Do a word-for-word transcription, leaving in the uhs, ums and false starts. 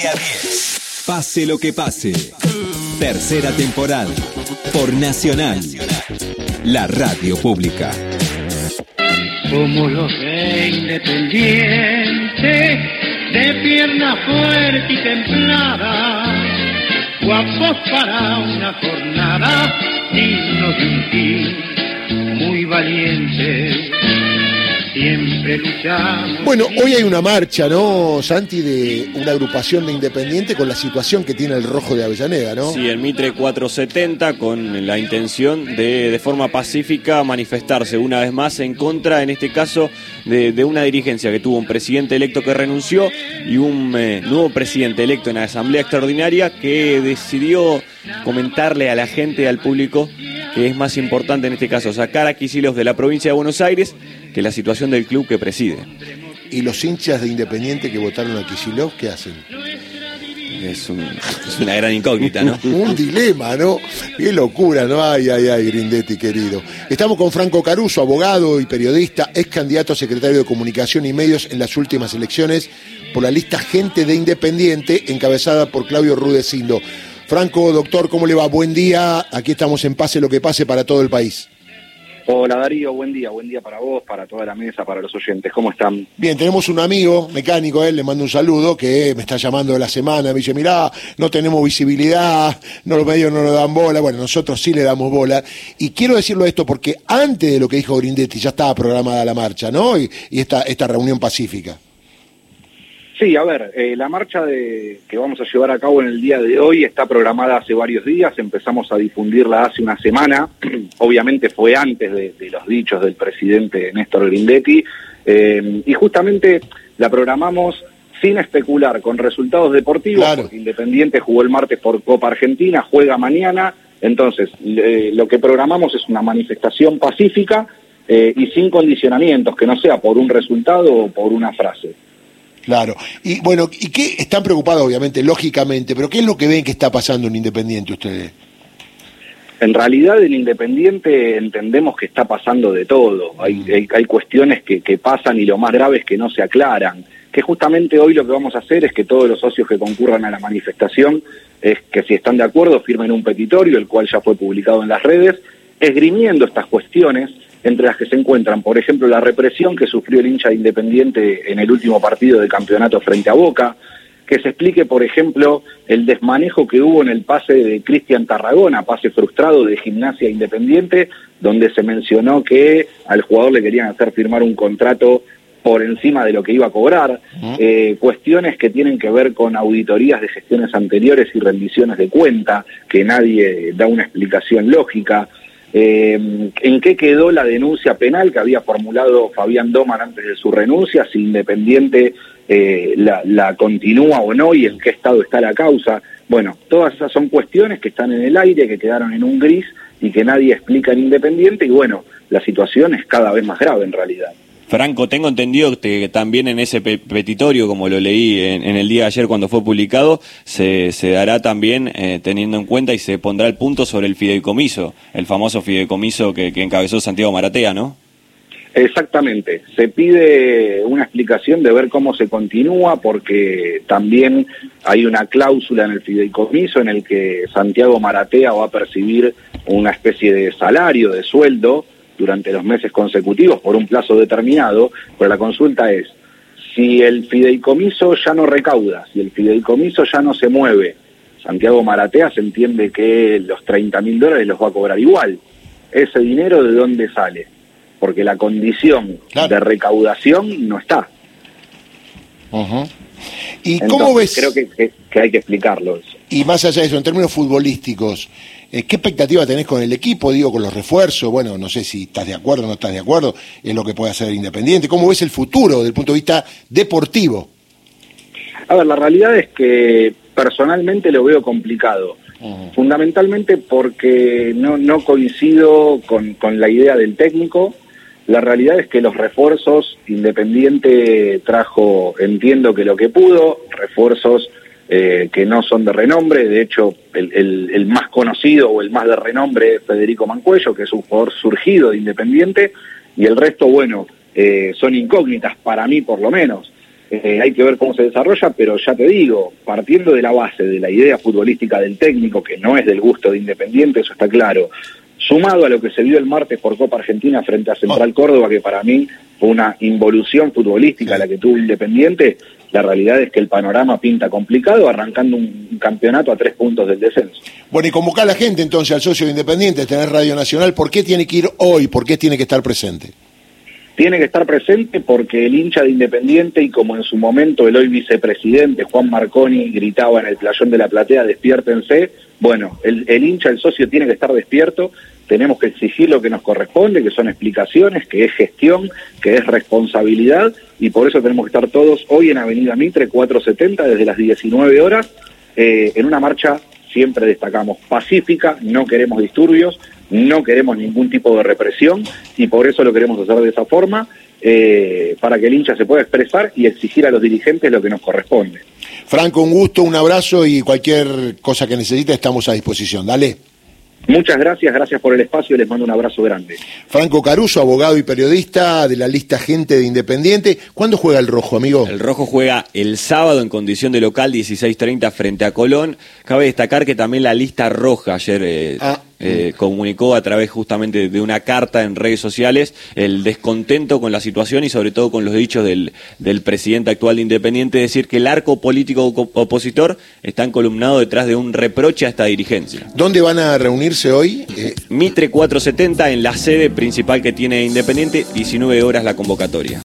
siete a diez. Pase lo que pase. Tercera temporada. Por Nacional. La radio pública. Somos los de Independiente, de pierna fuerte y templada, guapos para una jornada, dignos de un team muy valiente. Siempre luchamos. Bueno, hoy hay una marcha, ¿no, Santi, de una agrupación de Independiente con la situación que tiene el Rojo de Avellaneda, ¿no? Sí, el Mitre cuatrocientos setenta, con la intención de, de forma pacífica, manifestarse una vez más en contra, en este caso, de, de una dirigencia que tuvo un presidente electo que renunció y un eh, nuevo presidente electo en la Asamblea Extraordinaria que decidió comentarle a la gente, al público, que es más importante en este caso sacar a Kicillof de la provincia de Buenos Aires que la situación del club que preside. ¿Y los hinchas de Independiente que votaron a Kicillof, qué hacen? Es, un, es una gran incógnita, ¿no? Un dilema, ¿no? Qué locura, ¿no? Ay, ay, ay, Grindetti, querido. Estamos con Franco Caruso, abogado y periodista, ex candidato a secretario de Comunicación y Medios en las últimas elecciones por la lista Gente de Independiente, encabezada por Claudio Rudecindo. Franco, doctor, ¿cómo le va? Buen día. Aquí estamos en Pase lo que pase para todo el país. Hola Darío, buen día, buen día para vos, para toda la mesa, para los oyentes, ¿cómo están? Bien, tenemos un amigo mecánico, él le mando un saludo, que me está llamando de la semana, me dice, mirá, no tenemos visibilidad, no los medios no nos dan bola, bueno, nosotros sí le damos bola, y quiero decirlo esto porque antes de lo que dijo Grindetti ya estaba programada la marcha, ¿no? Y, y esta, esta reunión pacífica. Sí, a ver, eh, la marcha de, que vamos a llevar a cabo en el día de hoy está programada hace varios días, empezamos a difundirla hace una semana, obviamente fue antes de, de los dichos del presidente Néstor Grindetti, eh, y justamente la programamos sin especular con resultados deportivos, claro. Porque Independiente jugó el martes por Copa Argentina, juega mañana, entonces eh, lo que programamos es una manifestación pacífica eh, y sin condicionamientos, que no sea por un resultado o por una frase. Claro, y bueno, ¿y qué? Están preocupados obviamente, lógicamente, pero ¿qué es lo que ven que está pasando en Independiente ustedes? En realidad en Independiente entendemos que está pasando de todo, hay, hay, hay cuestiones que, que pasan y lo más grave es que no se aclaran, que justamente hoy lo que vamos a hacer es que todos los socios que concurran a la manifestación, es que si están de acuerdo firmen un petitorio, el cual ya fue publicado en las redes, esgrimiendo estas cuestiones, entre las que se encuentran, por ejemplo, la represión que sufrió el hincha de Independiente en el último partido de campeonato frente a Boca, que se explique, por ejemplo, el desmanejo que hubo en el pase de Cristian Tarragona, pase frustrado de Gimnasia Independiente, donde se mencionó que al jugador le querían hacer firmar un contrato por encima de lo que iba a cobrar, uh-huh. eh, cuestiones que tienen que ver con auditorías de gestiones anteriores y rendiciones de cuenta, que nadie da una explicación lógica. Eh, ¿En qué quedó la denuncia penal que había formulado Fabián Doman antes de su renuncia? Si Independiente eh, la, la continúa o no y en qué estado está la causa. Bueno, todas esas son cuestiones que están en el aire, que quedaron en un gris y que nadie explica en Independiente y bueno, la situación es cada vez más grave en realidad. Franco, tengo entendido que también en ese petitorio, como lo leí en, en el día de ayer cuando fue publicado, se, se dará también eh, teniendo en cuenta y se pondrá el punto sobre el fideicomiso, el famoso fideicomiso que, que encabezó Santiago Maratea, ¿no? Exactamente, se pide una explicación de ver cómo se continúa, porque también hay una cláusula en el fideicomiso en el que Santiago Maratea va a percibir una especie de salario, de sueldo, durante los meses consecutivos por un plazo determinado, pero la consulta es, si el fideicomiso ya no recauda, si el fideicomiso ya no se mueve, Santiago Maratea se entiende que los treinta mil dólares los va a cobrar igual. ¿Ese dinero de dónde sale? Porque la condición claro. de recaudación no está. Uh-huh. ¿Y Entonces, cómo ves? Creo que, que, que hay que explicarlo eso. Y más allá de eso, en términos futbolísticos, eh, ¿qué expectativa tenés con el equipo? Digo, con los refuerzos, bueno, no sé si estás de acuerdo o no estás de acuerdo, es lo que puede hacer Independiente. ¿Cómo ves el futuro desde el punto de vista deportivo? A ver, la realidad es que personalmente lo veo complicado. Uh-huh. Fundamentalmente porque no, no coincido con, con la idea del técnico. La realidad es que los refuerzos, Independiente trajo, entiendo que lo que pudo, refuerzos eh, que no son de renombre, de hecho el, el, el más conocido o el más de renombre es Federico Mancuello, que es un jugador surgido de Independiente, y el resto, bueno, eh, son incógnitas, para mí por lo menos. eh, hay que ver cómo se desarrolla, pero ya te digo, partiendo de la base de la idea futbolística del técnico, que no es del gusto de Independiente, eso está claro, sumado a lo que se vio el martes por Copa Argentina frente a Central Córdoba, que para mí fue una involución futbolística la que tuvo Independiente, la realidad es que el panorama pinta complicado, arrancando un, un campeonato a tres puntos del descenso. Bueno, y convocar a la gente entonces al socio de Independiente, tener Radio Nacional, ¿por qué tiene que ir hoy? ¿Por qué tiene que estar presente? Tiene que estar presente porque el hincha de Independiente, y como en su momento el hoy vicepresidente Juan Marconi gritaba en el playón de la Platea, despiértense, bueno, el, el hincha, el socio tiene que estar despierto, tenemos que exigir lo que nos corresponde, que son explicaciones, que es gestión, que es responsabilidad, y por eso tenemos que estar todos hoy en Avenida Mitre cuatrocientos setenta desde las diecinueve horas, eh, en una marcha, siempre destacamos, pacífica, no queremos disturbios, no queremos ningún tipo de represión, y por eso lo queremos hacer de esa forma, eh, para que el hincha se pueda expresar y exigir a los dirigentes lo que nos corresponde. Franco, un gusto, un abrazo, y cualquier cosa que necesite estamos a disposición. Dale. Muchas gracias, gracias por el espacio y les mando un abrazo grande. Franco Caruso, abogado y periodista de la lista Gente de Independiente. ¿Cuándo juega el Rojo, amigo? El Rojo juega el sábado en condición de local, dieciséis treinta frente a Colón. Cabe destacar que también la lista roja ayer eh, ah. eh, comunicó a través justamente de una carta en redes sociales el descontento con la situación y sobre todo con los dichos del, del presidente actual de Independiente, es decir, que el arco político opositor está encolumnado detrás de un reproche a esta dirigencia. ¿Dónde van a reunirse hoy? Eh... Mitre cuatrocientos setenta en la sede principal que tiene Independiente, diecinueve horas la convocatoria.